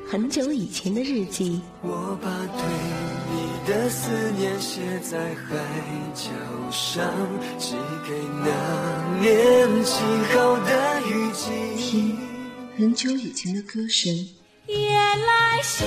很久以前的日记。 我把对你的思念写在海角上，寄给那年静好的雨季。 听很久以前的歌声。 夜来香，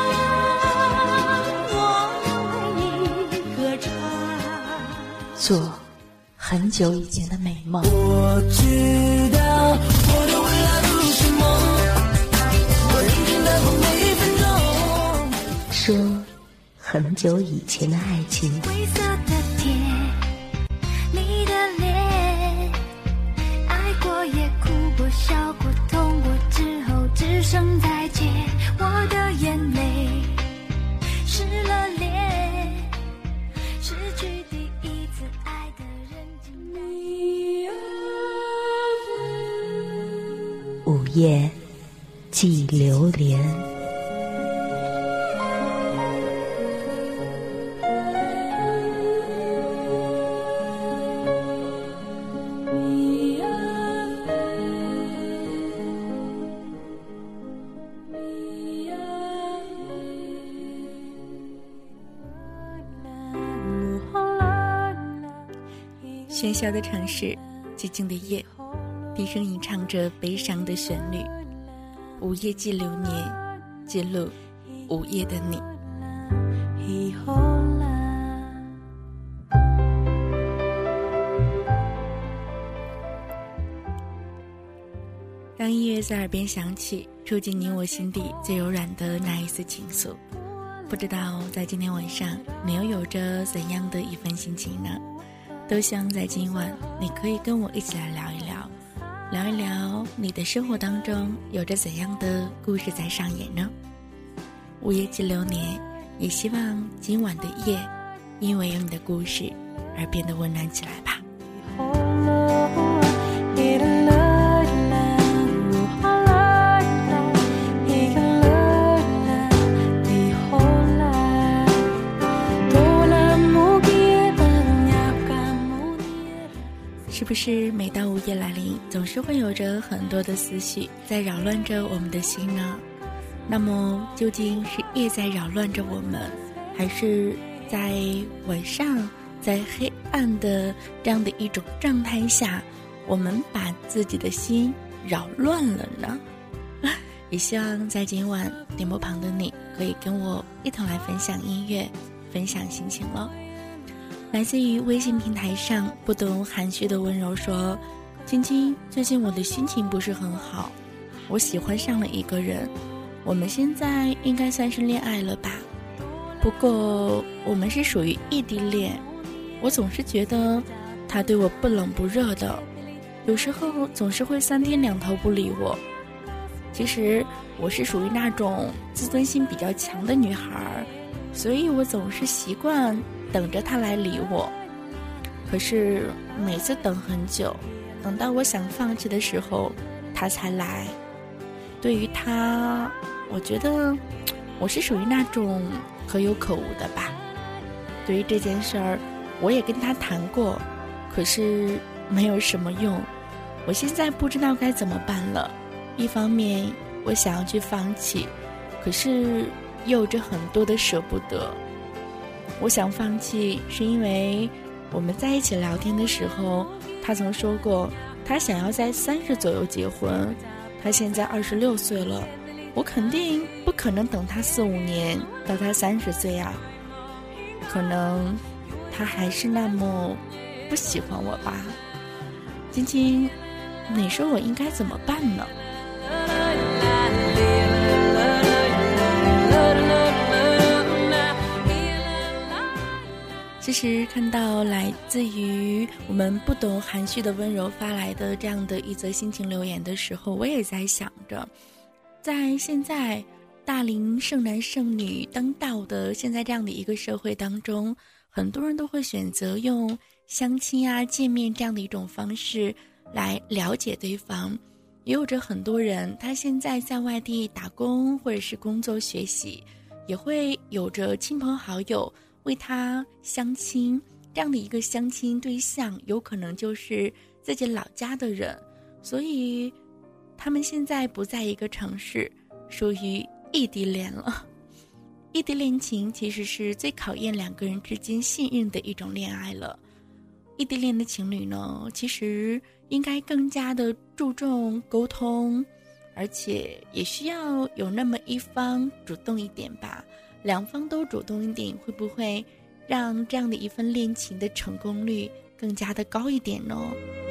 我为你歌唱。 做很久以前的美梦。 我知道我的未来不是梦，我认真的过每一分钟。 说很久以前的爱情。 灰色的天，你的脸，爱过也哭过笑过痛过之后只剩再见。我的眼泪湿了脸，失去第一次爱的人竟然。 午夜寄流连。 喧嚣的城市，寂静的夜，低声吟唱着悲伤的旋律。午夜寄流年，记录午夜的你。当音乐在耳边响起，触进你我心底最柔软的那一丝情愫。不知道在今天晚上你又有着怎样的一份心情呢？都希望在今晚你可以跟我一起来聊一聊，聊一聊你的生活当中有着怎样的故事在上演呢？午夜寄流年，也希望今晚的夜因为有你的故事而变得温暖起来吧。是不是每当午夜来临，总是会有着很多的思绪在扰乱着我们的心呢？那么究竟是夜在扰乱着我们，还是在晚上在黑暗的这样的一种状态下，我们把自己的心扰乱了呢？也希望在今晚点播旁的你可以跟我一同来分享音乐，分享心情咯。来自于微信平台上不懂含蓄的温柔说，青青，最近我的心情不是很好，我喜欢上了一个人，我们现在应该算是恋爱了吧，不过我们是属于异地恋，我总是觉得他对我不冷不热的，有时候总是会3天2头不理我。其实我是属于那种自尊心比较强的女孩，所以我总是习惯等着他来理我，可是每次等很久，等到我想放弃的时候他才来。对于他，我觉得我是属于那种可有可无的吧。对于这件事儿，我也跟他谈过，可是没有什么用。我现在不知道该怎么办了，一方面我想要去放弃，可是又有着很多的舍不得。我想放弃是因为我们在一起聊天的时候，他曾说过他想要在30左右结婚，他现在26岁了，我肯定不可能等他4-5年到他30岁啊。可能他还是那么不喜欢我吧。晶晶，你说我应该怎么办呢？其实看到来自于我们不懂含蓄的温柔发来的这样的一则心情留言的时候，我也在想着，在现在大龄剩男剩女当道的现在这样的一个社会当中，很多人都会选择用相亲啊、见面这样的一种方式来了解对方。也有着很多人他现在在外地打工或者是工作学习，也会有着亲朋好友为他相亲，这样的一个相亲对象有可能就是自己老家的人，所以他们现在不在一个城市，属于异地恋了。异地恋情其实是最考验两个人之间信任的一种恋爱了。异地恋的情侣呢，其实应该更加的注重沟通，而且也需要有那么一方主动一点吧。两方都主动一点，会不会让这样的一份恋情的成功率更加的高一点呢？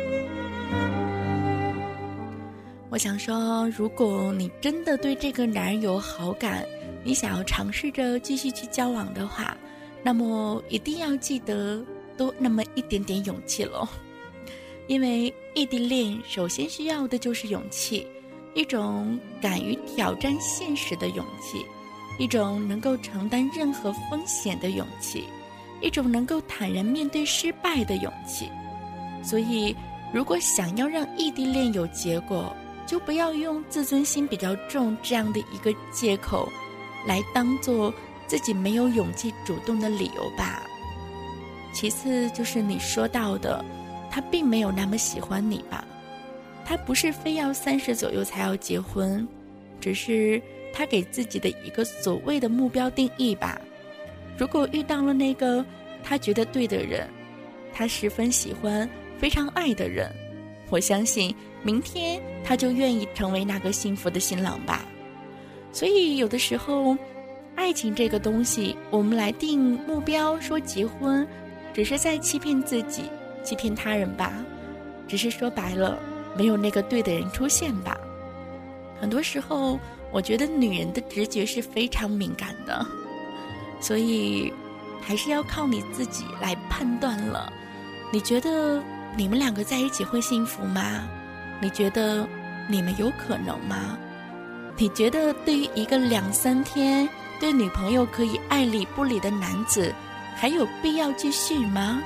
我想说，如果你真的对这个男人有好感，你想要尝试着继续去交往的话，那么一定要记得多那么一点点勇气咯。因为异地恋首先需要的就是勇气，一种敢于挑战现实的勇气，一种能够承担任何风险的勇气，一种能够坦然面对失败的勇气。所以如果想要让异地恋有结果，就不要用自尊心比较重这样的一个借口来当做自己没有勇气主动的理由吧。其次就是你说到的，他并没有那么喜欢你吧，他不是非要30左右才要结婚，只是他给自己的一个所谓的目标定义吧。如果遇到了那个他觉得对的人，他十分喜欢非常爱的人，我相信明天他就愿意成为那个幸福的新郎吧。所以有的时候爱情这个东西，我们来定目标说结婚，只是在欺骗自己欺骗他人吧，只是说白了没有那个对的人出现吧。很多时候我觉得女人的直觉是非常敏感的，所以还是要靠你自己来判断了。你觉得你们两个在一起会幸福吗？你觉得你们有可能吗？你觉得对于一个2-3天对女朋友可以爱理不理的男子，还有必要继续吗？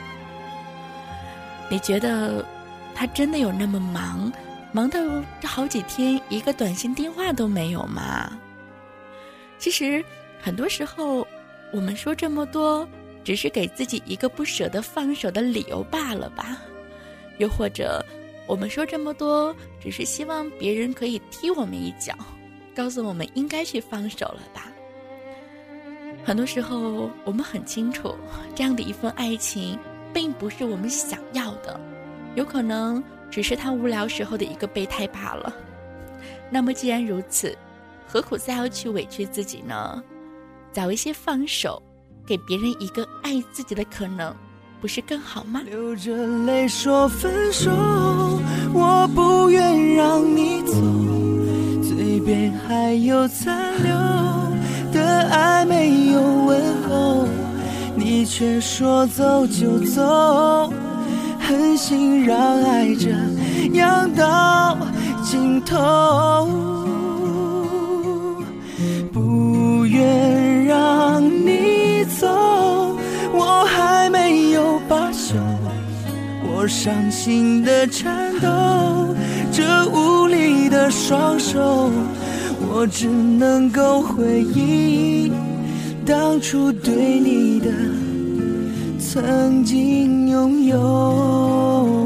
你觉得他真的有那么忙到这好几天一个短信电话都没有吗？其实很多时候我们说这么多，只是给自己一个不舍得放手的理由罢了吧。又或者我们说这么多，只是希望别人可以踢我们一脚，告诉我们应该去放手了吧。很多时候我们很清楚，这样的一份爱情并不是我们想要的，有可能只是他无聊时候的一个备胎罢了。那么既然如此，何苦再要去委屈自己呢？早一些放手，给别人一个爱自己的可能，不是更好吗？ 流着泪说分手，我不愿让你走，嘴边还有残留的爱没有问候，你却说走就走，狠心让爱这样到尽头，不愿让你走，我还没有罢休，我伤心的颤抖，这无力的双手，我只能够回忆当初对你的曾经拥有。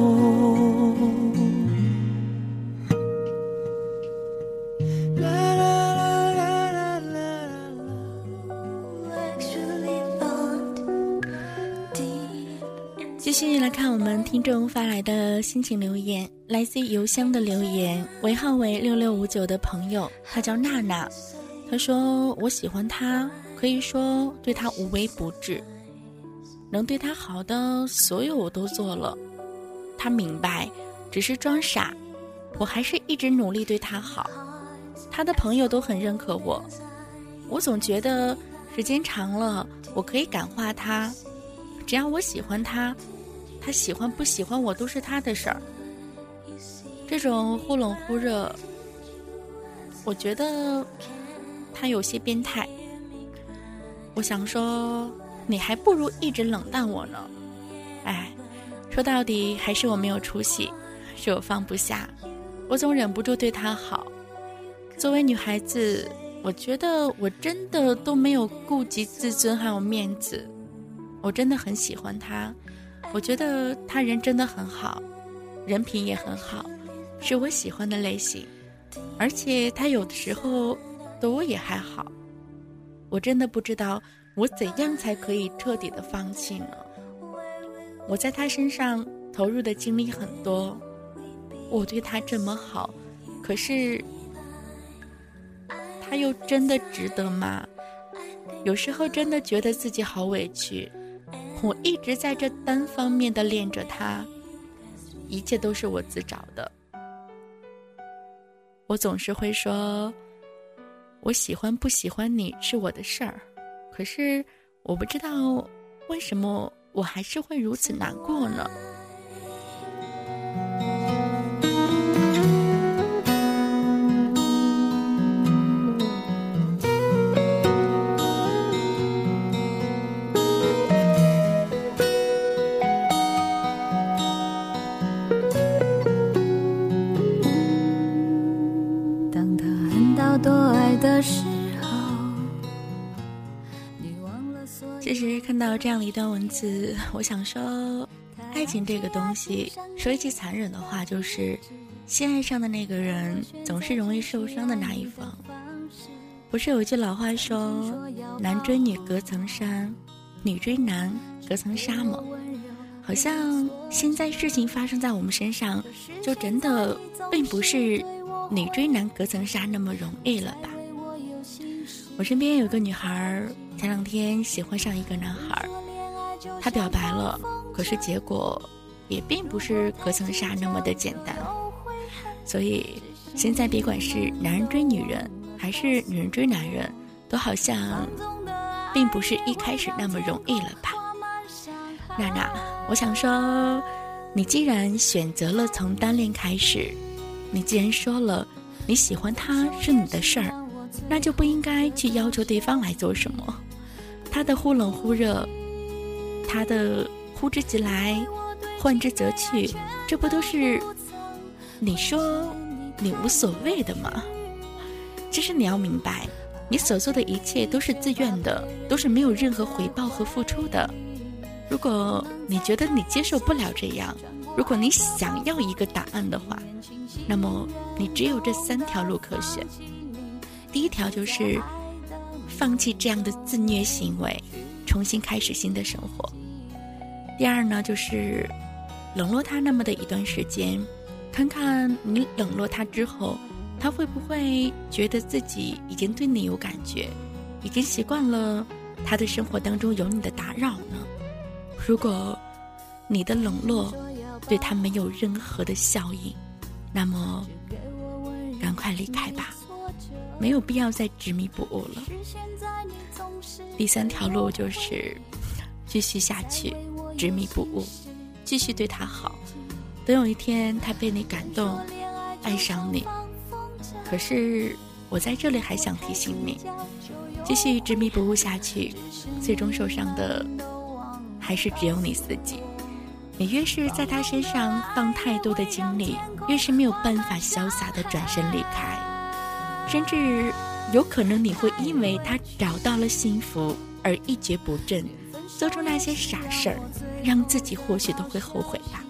继续来看我们听众发来的心情留言，来自于邮箱的留言，尾号为6659的朋友，他叫娜娜。他说，我喜欢他，可以说对他无微不至，能对他好的所有我都做了，他明白只是装傻，我还是一直努力对他好，他的朋友都很认可我，我总觉得时间长了我可以感化他，只要我喜欢他，他喜欢不喜欢我都是他的事儿。这种忽冷忽热，我觉得他有些变态。我想说，你还不如一直冷淡我呢。哎，说到底还是我没有出息，是我放不下，我总忍不住对他好。作为女孩子，我觉得我真的都没有顾及自尊还有面子，我真的很喜欢他，我觉得他人真的很好，人品也很好，是我喜欢的类型。而且他有的时候多也还好。我真的不知道我怎样才可以彻底的放弃呢？我在他身上投入的精力很多，我对他这么好，可是他又真的值得吗？有时候真的觉得自己好委屈，我一直在这单方面的恋着他，一切都是我自找的。我总是会说，我喜欢不喜欢你是我的事儿，可是我不知道为什么我还是会如此难过呢？ 当他恨到多爱的时候， 其实看到这样的一段文字，我想说，爱情这个东西，说一句残忍的话，就是先爱上的那个人总是容易受伤的那一方。不是有句老话说，男追女隔层山，女追男隔层纱吗？好像现在事情发生在我们身上，就真的并不是女追男隔层纱那么容易了吧？我身边有个女孩，前2天喜欢上一个男孩，他表白了，可是结果也并不是隔层纱那么的简单。所以现在别管是男人追女人还是女人追男人，都好像并不是一开始那么容易了吧？娜娜，我想说，你既然选择了从单恋开始，你既然说了你喜欢他是你的事儿，那就不应该去要求对方来做什么。他的忽冷忽热，他的呼之即来唤之则去，这不都是你说你无所谓的吗？其实你要明白，你所做的一切都是自愿的，都是没有任何回报和付出的。如果你觉得你接受不了这样，如果你想要一个答案的话，那么你只有这3条路可选。第一条就是放弃这样的自虐行为，重新开始新的生活。第二呢，就是冷落他那么的一段时间，看看你冷落他之后，他会不会觉得自己已经对你有感觉，已经习惯了他的生活当中有你的打扰呢？如果你的冷落对他没有任何的效应，那么赶快离开吧，没有必要再执迷不悟了。第3条路就是继续下去，执迷不悟，继续对他好，等有一天他被你感动，爱上你。可是我在这里还想提醒你，继续执迷不悟下去，最终受伤的还是只有你自己。你越是在他身上放太多的精力，越是没有办法潇洒地转身离开，甚至有可能你会因为他找到了幸福而一蹶不振，做出那些傻事儿，让自己或许都会后悔吧。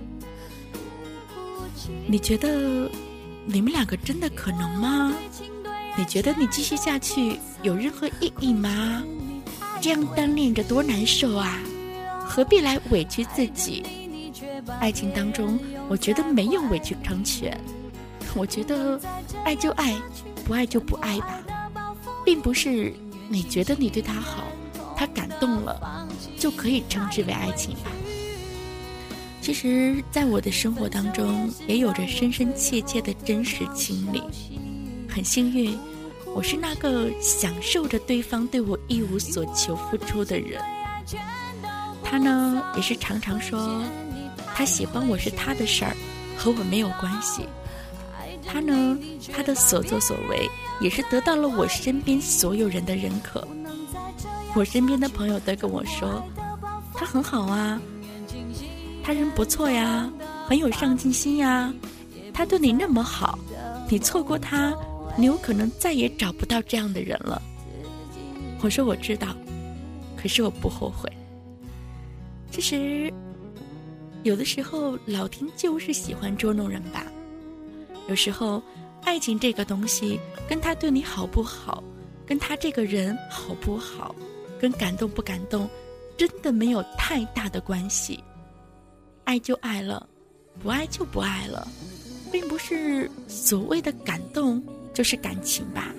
你觉得你们2个真的可能吗？你觉得你继续下去有任何意义吗？这样单恋着多难受啊，何必来委屈自己？爱情当中，我觉得没有委曲成全，我觉得爱就爱，不爱就不爱吧，并不是你觉得你对他好，他感动了，就可以称之为爱情吧。其实在我的生活当中，也有着深深切切的真实经历。很幸运，我是那个享受着对方对我一无所求付出的人。他呢，也是常常说他喜欢我是他的事儿，和我没有关系。他呢，他的所作所为也是得到了我身边所有人的认可。我身边的朋友都跟我说，他很好啊，他人不错呀，很有上进心呀，他对你那么好，你错过他，你有可能再也找不到这样的人了。我说我知道，可是我不后悔。其实有的时候老天就是喜欢捉弄人吧，有时候爱情这个东西跟他对你好不好，跟他这个人好不好，跟感动不感动真的没有太大的关系。爱就爱了，不爱就不爱了，并不是所谓的感动就是感情吧。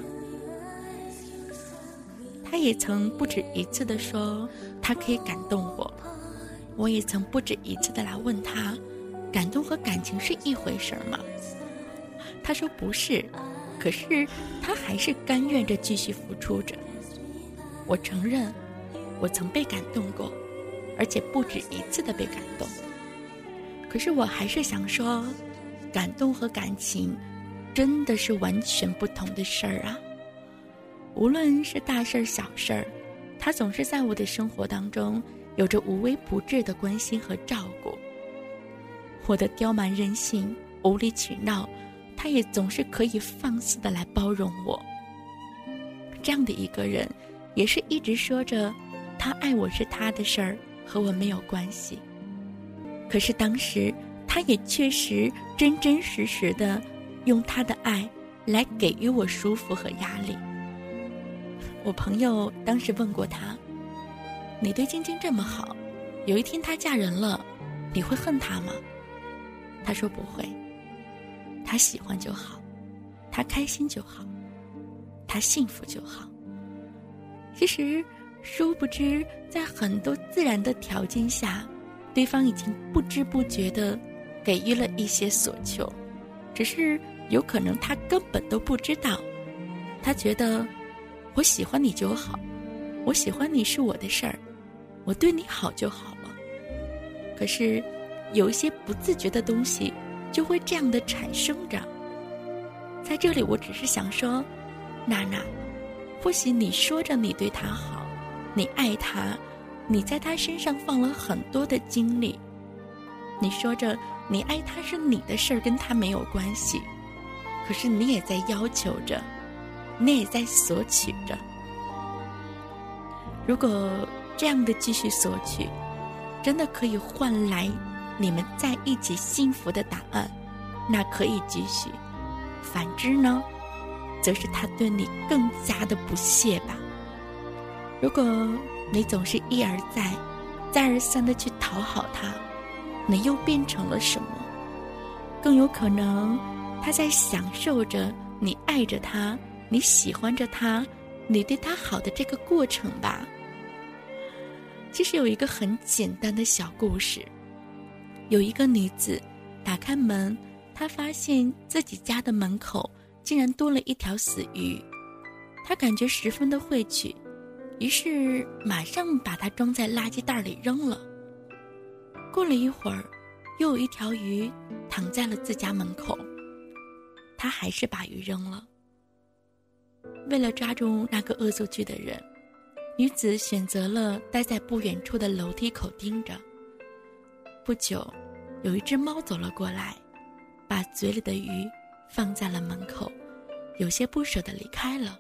他也曾不止一次地说他可以感动我，我也曾不止一次地来问他，感动和感情是一回事吗？他说不是，可是他还是甘愿着继续付出着。我承认我曾被感动过，而且不止一次的被感动，可是我还是想说，感动和感情真的是完全不同的事儿啊。无论是大事儿小事儿，他总是在我的生活当中有着无微不至的关心和照顾。我的刁蛮任性、无理取闹，他也总是可以放肆的来包容我。这样的一个人，也是一直说着他爱我是他的事儿，和我没有关系。可是当时他也确实真真实实的用他的爱来给予我舒服和压力。我朋友当时问过他，你对晶晶这么好，有一天她嫁人了，你会恨她吗？他说不会，她喜欢就好，她开心就好，她幸福就好。其实殊不知，在很多自然的条件下，对方已经不知不觉地给予了一些所求，只是有可能他根本都不知道。他觉得我喜欢你就好，我喜欢你是我的事儿，我对你好就好了。可是有一些不自觉的东西就会这样的产生着。在这里我只是想说，娜娜，或许你说着你对他好，你爱他，你在他身上放了很多的精力，你说着你爱他是你的事儿，跟他没有关系，可是你也在要求着，你也在索取着。如果这样的继续索取真的可以换来你们在一起幸福的答案，那可以继续。反之呢，则是他对你更加的不屑吧。如果你总是一而再再而三的去讨好他，你又变成了什么？更有可能他在享受着你爱着他，你喜欢着他，你对他好的这个过程吧。其实有一个很简单的小故事，有一个女子打开门，她发现自己家的门口竟然多了一条死鱼，她感觉十分的晦气，于是马上把它装在垃圾袋里扔了。过了一会儿，又有一条鱼躺在了自家门口，她还是把鱼扔了。为了抓住那个恶作剧的人，女子选择了待在不远处的楼梯口盯着。不久，有一只猫走了过来，把嘴里的鱼放在了门口，有些不舍地离开了。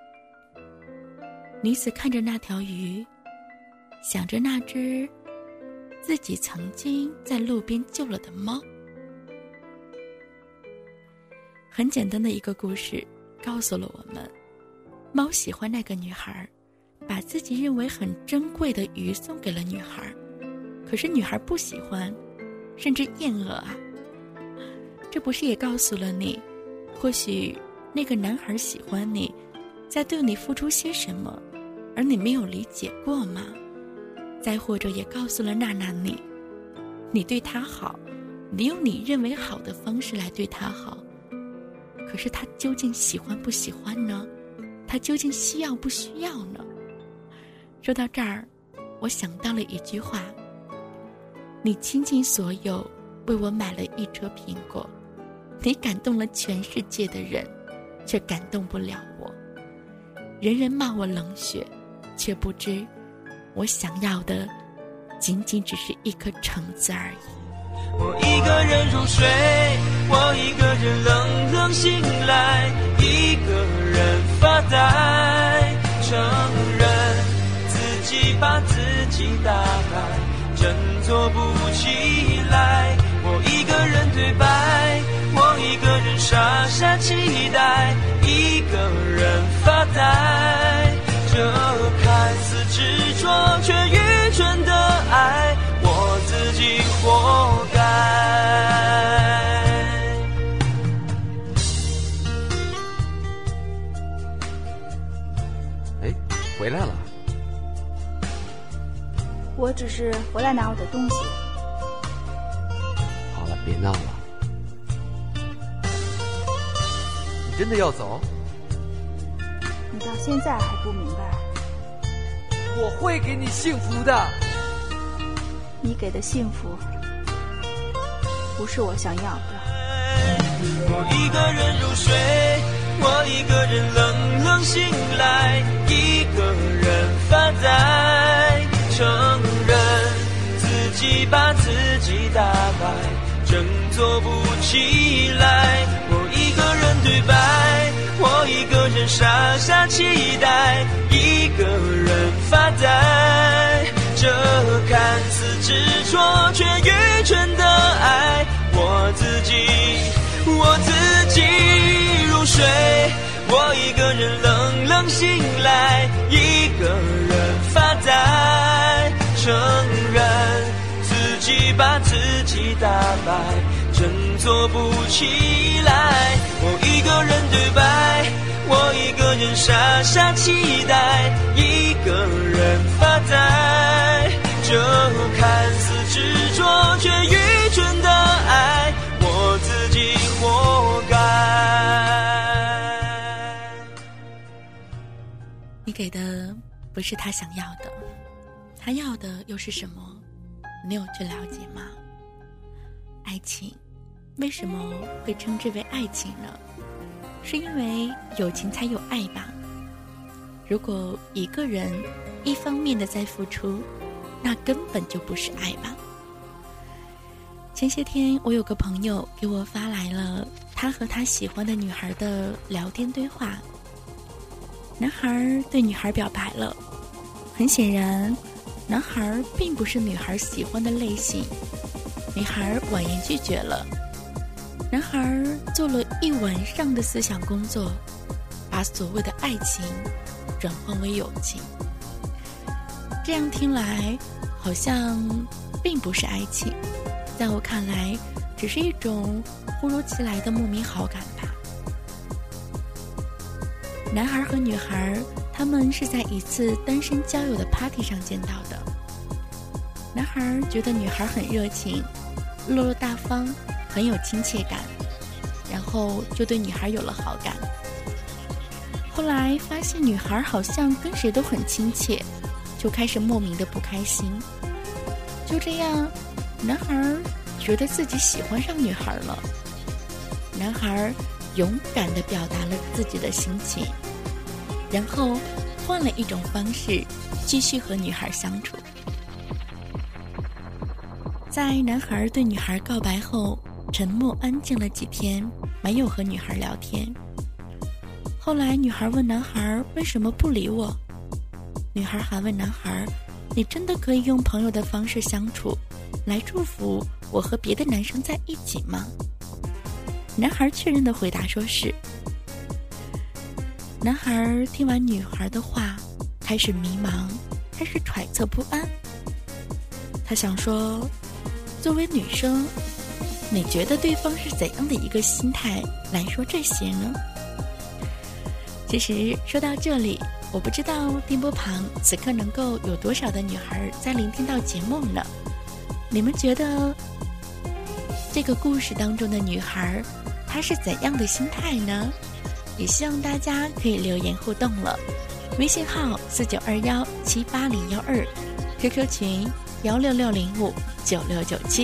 女子看着那条鱼，想着那只自己曾经在路边救了的猫。很简单的一个故事告诉了我们，猫喜欢那个女孩，把自己认为很珍贵的鱼送给了女孩，可是女孩不喜欢，甚至厌恶啊。这不是也告诉了你，或许那个男孩喜欢你，在对你付出些什么，而你没有理解过吗？再或者也告诉了娜娜你对他好，你用你认为好的方式来对他好，可是他究竟喜欢不喜欢呢？他究竟需要不需要呢？说到这儿，我想到了一句话，你倾尽所有为我买了一车苹果，你感动了全世界的人，却感动不了我。人人骂我冷血，却不知我想要的仅仅只是一颗橙子而已。 我一个人入睡，我一个人冷冷醒来，一个人发呆，承认自己把自己打败，振作不起来。我一个人对白，我一个人傻傻期待，一个人发呆，这看似执着却愚蠢的爱，我自己活该。 哎，回来了。 我只是回来拿我的东西。 好了，别闹了。你真的要走？ 你到现在还不明白？ 我会给你幸福的。 你给的幸福不是我想要的。 我一个人入睡，我一个人冷冷醒来，一个人发呆，承认自己把自己打败，振作不起来。我一个人对白，我一个人傻傻期待，一个人发呆，这看似执着却愚蠢的爱，我自己入睡，我一个人冷冷醒来，一个人发呆，承认自己把自己打败，振作不起来。我一个人对白，我一个人傻傻期待，一个人发呆，这看似执着却愚蠢的爱，我自己活该。 你给的不是他想要的，他要的又是什么？你有去了解吗？爱情为什么会称之为爱情呢？是因为有情才有爱吧。如果一个人一方面的在付出，那根本就不是爱吧。前些天我有个朋友给我发来了他和他喜欢的女孩的聊天对话。男孩对女孩表白了，很显然男孩并不是女孩喜欢的类型，女孩婉言拒绝了。男孩做了一晚上的思想工作，把所谓的爱情转换为友情。这样听来好像并不是爱情，在我看来只是一种忽如其来的莫名好感吧。男孩和女孩他们是在一次单身交友的 party 上见到的。男孩觉得女孩很热情，落落大方，很有亲切感，然后就对女孩有了好感。后来发现女孩好像跟谁都很亲切，就开始莫名的不开心。就这样，男孩觉得自己喜欢上女孩了。男孩勇敢地表达了自己的心情，然后换了一种方式继续和女孩相处。在男孩对女孩告白后，沉默安静了几天，没有和女孩聊天。后来女孩问男孩为什么不理我，女孩还问男孩，你真的可以用朋友的方式相处，来祝福我和别的男生在一起吗？男孩确认的回答说是。男孩听完女孩的话，开始迷茫，开始揣测不安。他想说，作为女生，你觉得对方是怎样的一个心态来说这些呢？其实说到这里，我不知道电波旁此刻能够有多少的女孩在聆听到节目呢？你们觉得这个故事当中的女孩她是怎样的心态呢？也希望大家可以留言互动了。微信号4921-78012， QQ 群166059697。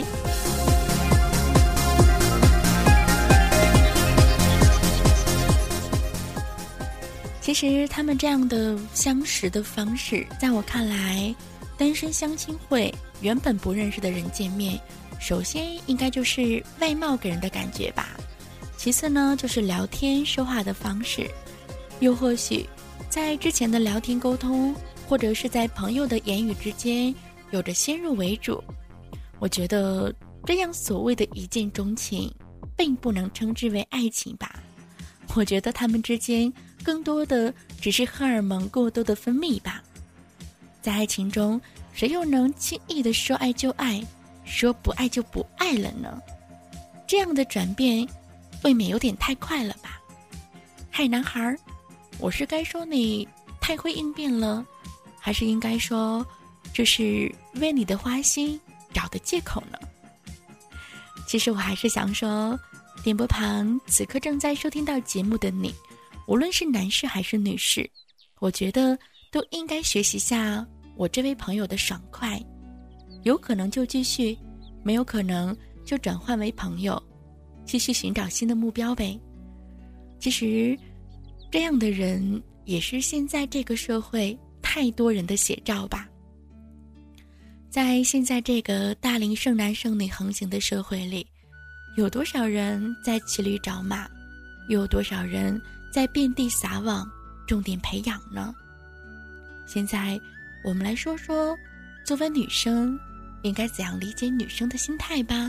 其实他们这样的相识的方式，在我看来，单身相亲会原本不认识的人见面，首先应该就是外貌给人的感觉吧，其次呢就是聊天说话的方式，又或许在之前的聊天沟通，或者是在朋友的言语之间有着先入为主。我觉得这样所谓的一见钟情， 并不能称之为爱情吧。我觉得他们之间更多的只是荷尔蒙过多的分泌吧。在爱情中，谁又能轻易的说爱就爱，说不爱就不爱了呢？这样的转变未免有点太快了吧。嗨，男孩，我是该说你太会应变了，还是应该说这是为你的花心找的借口呢？其实我还是想说，点播旁此刻正在收听到节目的你，无论是男士还是女士，我觉得都应该学习下我这位朋友的爽快，有可能就继续，没有可能就转换为朋友，继续寻找新的目标呗。其实这样的人也是现在这个社会太多人的写照吧。在现在这个大龄剩男剩女横行的社会里，有多少人在骑驴找马，又有多少人在遍地撒网重点培养呢？现在我们来说说，作为女生应该怎样理解女生的心态吧。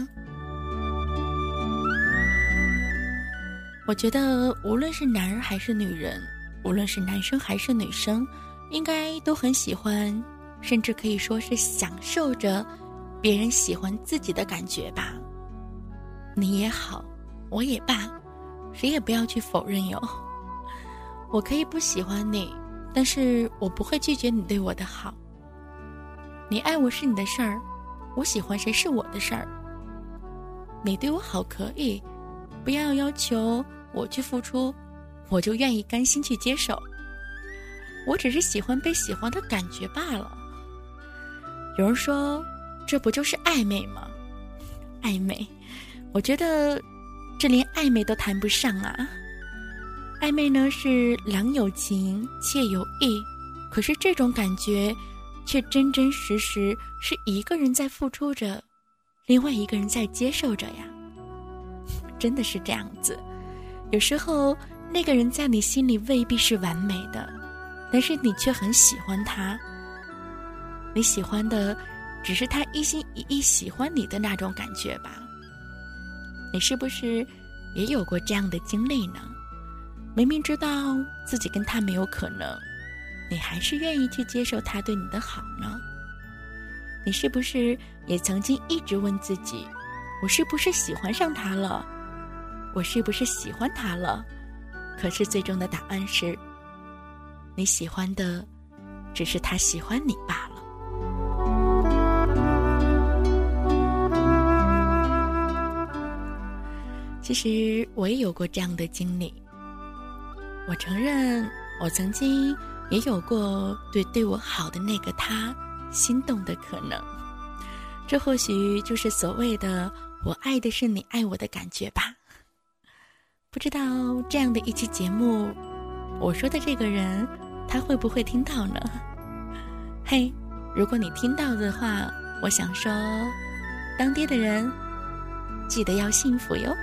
我觉得无论是男人还是女人，无论是男生还是女生，应该都很喜欢，甚至可以说是享受着别人喜欢自己的感觉吧。你也好，我也罢，谁也不要去否认哟。我可以不喜欢你，但是我不会拒绝你对我的好。你爱我是你的事儿，我喜欢谁是我的事儿。你对我好可以，不要要求我去付出，我就愿意甘心去接受。我只是喜欢被喜欢的感觉罢了。有人说，这不就是暧昧吗？暧昧，我觉得这连暧昧都谈不上啊。暧昧呢是郎有情妾有意，可是这种感觉却真真实实是一个人在付出着，另外一个人在接受着呀。真的是这样子，有时候那个人在你心里未必是完美的，但是你却很喜欢他。你喜欢的只是他一心一意喜欢你的那种感觉吧。你是不是也有过这样的经历呢？明明知道自己跟他没有可能，你还是愿意去接受他对你的好呢？你是不是也曾经一直问自己，我是不是喜欢上他了？我是不是喜欢他了？可是最终的答案是，你喜欢的只是他喜欢你罢了。其实我也有过这样的经历，我承认我曾经也有过对我好的那个他心动的可能，这或许就是所谓的我爱的是你爱我的感觉吧。不知道这样的一期节目，我说的这个人他会不会听到呢？嘿，如果你听到的话，我想说，当爹的人记得要幸福哟。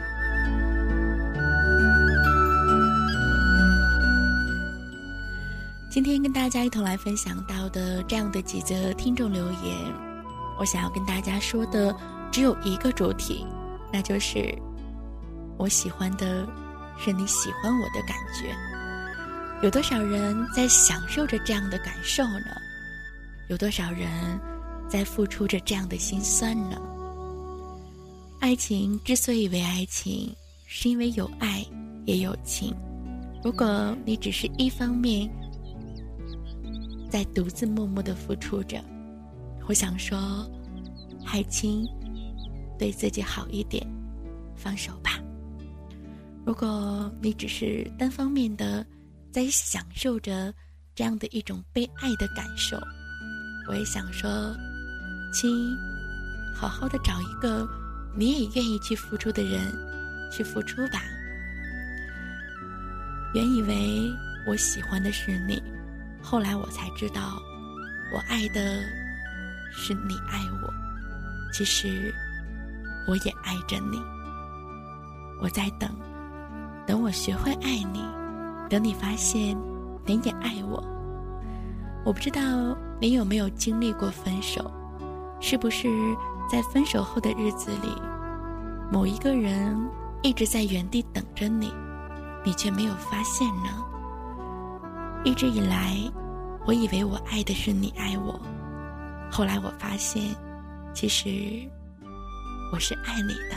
今天跟大家一同来分享到的这样的几则听众留言，我想要跟大家说的只有一个主题，那就是我喜欢的是你喜欢我的感觉。有多少人在享受着这样的感受呢？有多少人在付出着这样的心酸呢？爱情之所以为爱情，是因为有爱也有情。如果你只是一方面在独自默默地付出着，我想说，海清，对自己好一点，放手吧。如果你只是单方面的在享受着这样的一种被爱的感受，我也想说，亲，好好的找一个你也愿意去付出的人去付出吧。原以为我喜欢的是你，后来我才知道，我爱的是你爱我。其实我也爱着你，我在等我学会爱你，等你发现你也爱我。我不知道你有没有经历过分手，是不是在分手后的日子里，某一个人一直在原地等着你，你却没有发现呢？一直以来，我以为我爱的是你爱我，后来我发现，其实我是爱你的。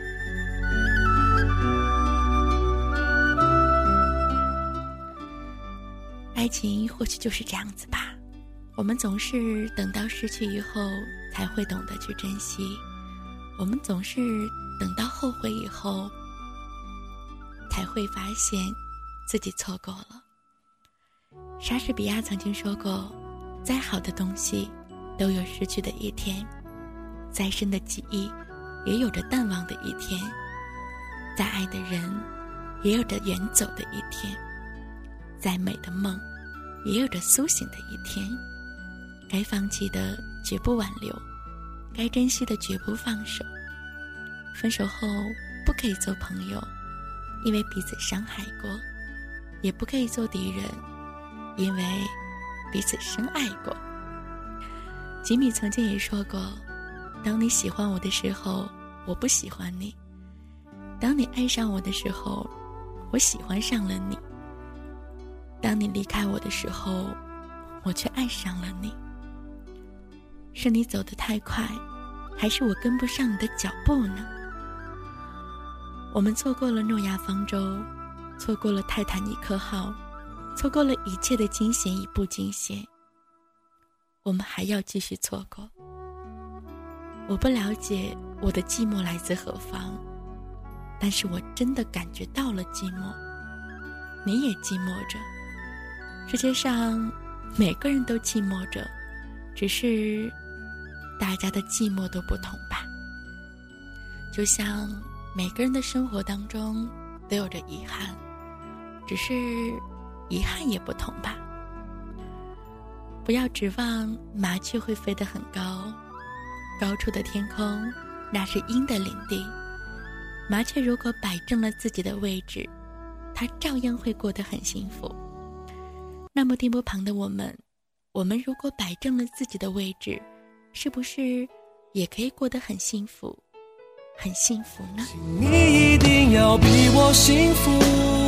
爱情或许就是这样子吧，我们总是等到失去以后才会懂得去珍惜，我们总是等到后悔以后才会发现自己错过了。莎士比亚曾经说过，再好的东西都有失去的一天，再深的记忆也有着淡忘的一天，再爱的人也有着远走的一天，再美的梦也有着苏醒的一天。该放弃的绝不挽留，该珍惜的绝不放手。分手后不可以做朋友，因为彼此伤害过，也不可以做敌人，因为彼此深爱过。吉米曾经也说过，当你喜欢我的时候，我不喜欢你；当你爱上我的时候，我喜欢上了你；当你离开我的时候，我却爱上了你。是你走得太快，还是我跟不上你的脚步呢？我们错过了诺亚方舟，错过了泰坦尼克号，错过了一切的惊险与不惊险，我们还要继续错过。我不了解我的寂寞来自何方，但是我真的感觉到了寂寞，你也寂寞着。世界上每个人都寂寞着，只是大家的寂寞都不同吧。就像每个人的生活当中都有着遗憾，只是遗憾也不同吧。不要指望麻雀会飞得很高，高处的天空那是鹰的领地。麻雀如果摆正了自己的位置，它照样会过得很幸福。那么电波旁的我们如果摆正了自己的位置，是不是也可以过得很幸福很幸福呢？ 你一定要比我幸福，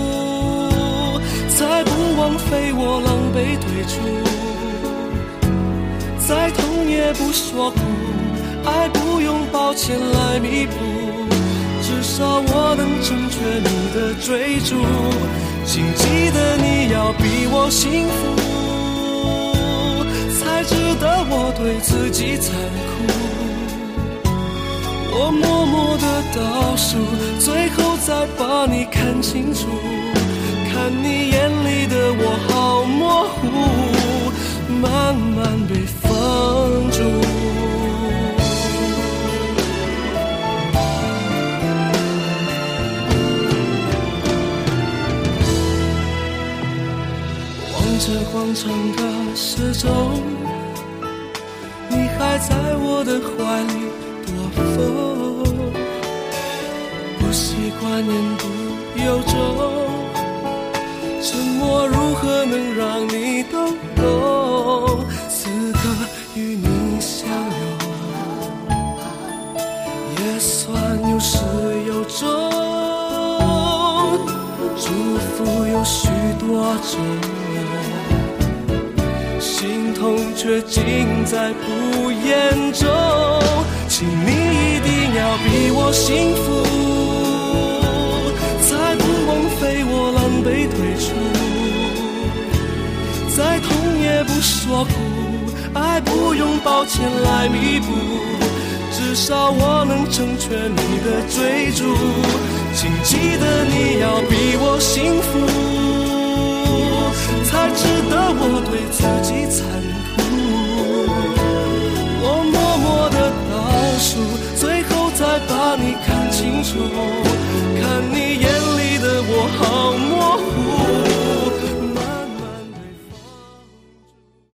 才不枉费我狼狈退出，再痛也不说苦，爱不用抱歉来弥补，至少我能成全你的追逐。请记得你要比我幸福，才值得我对自己残酷。我默默地倒数，最后再把你看清楚，看你眼里的我好模糊，慢慢被封住。望着广场的时钟，你还在我的怀里躲风，不习惯言不由衷，沉默如何能让你都懂？此刻与你相拥，也算有始有终，祝福有许多种，心痛却尽在不言中。请你一定要比我幸福，才不枉费我狼狈退出，再痛也不说苦，爱不用抱歉来弥补，至少我能成全你的追逐。请记得你要比我幸福，才值得我对自己残酷。我默默地倒数，最后再把你看清楚，